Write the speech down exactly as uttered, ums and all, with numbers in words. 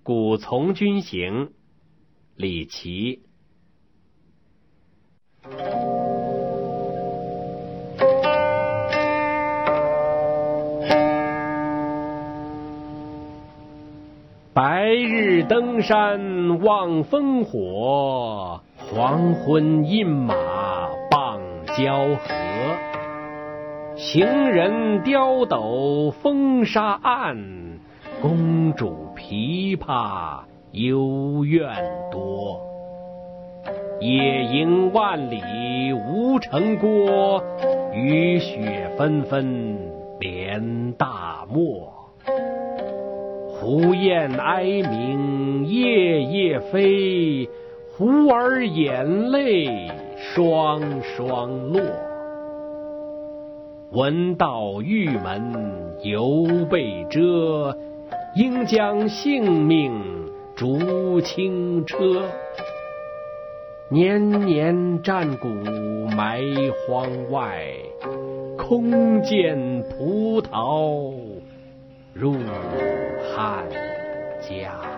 故从军行，李琦。白日登山望烽火，黄昏饮马傍交河。行人刁斗风沙暗，公主琵琶幽怨多。野营万里无城郭，雨雪纷纷连大漠。胡雁哀鸣夜夜飞，胡儿眼泪双双落。闻道玉门犹被遮，应将性命逐轻车。年年战鼓埋荒外，空见葡萄入汉家。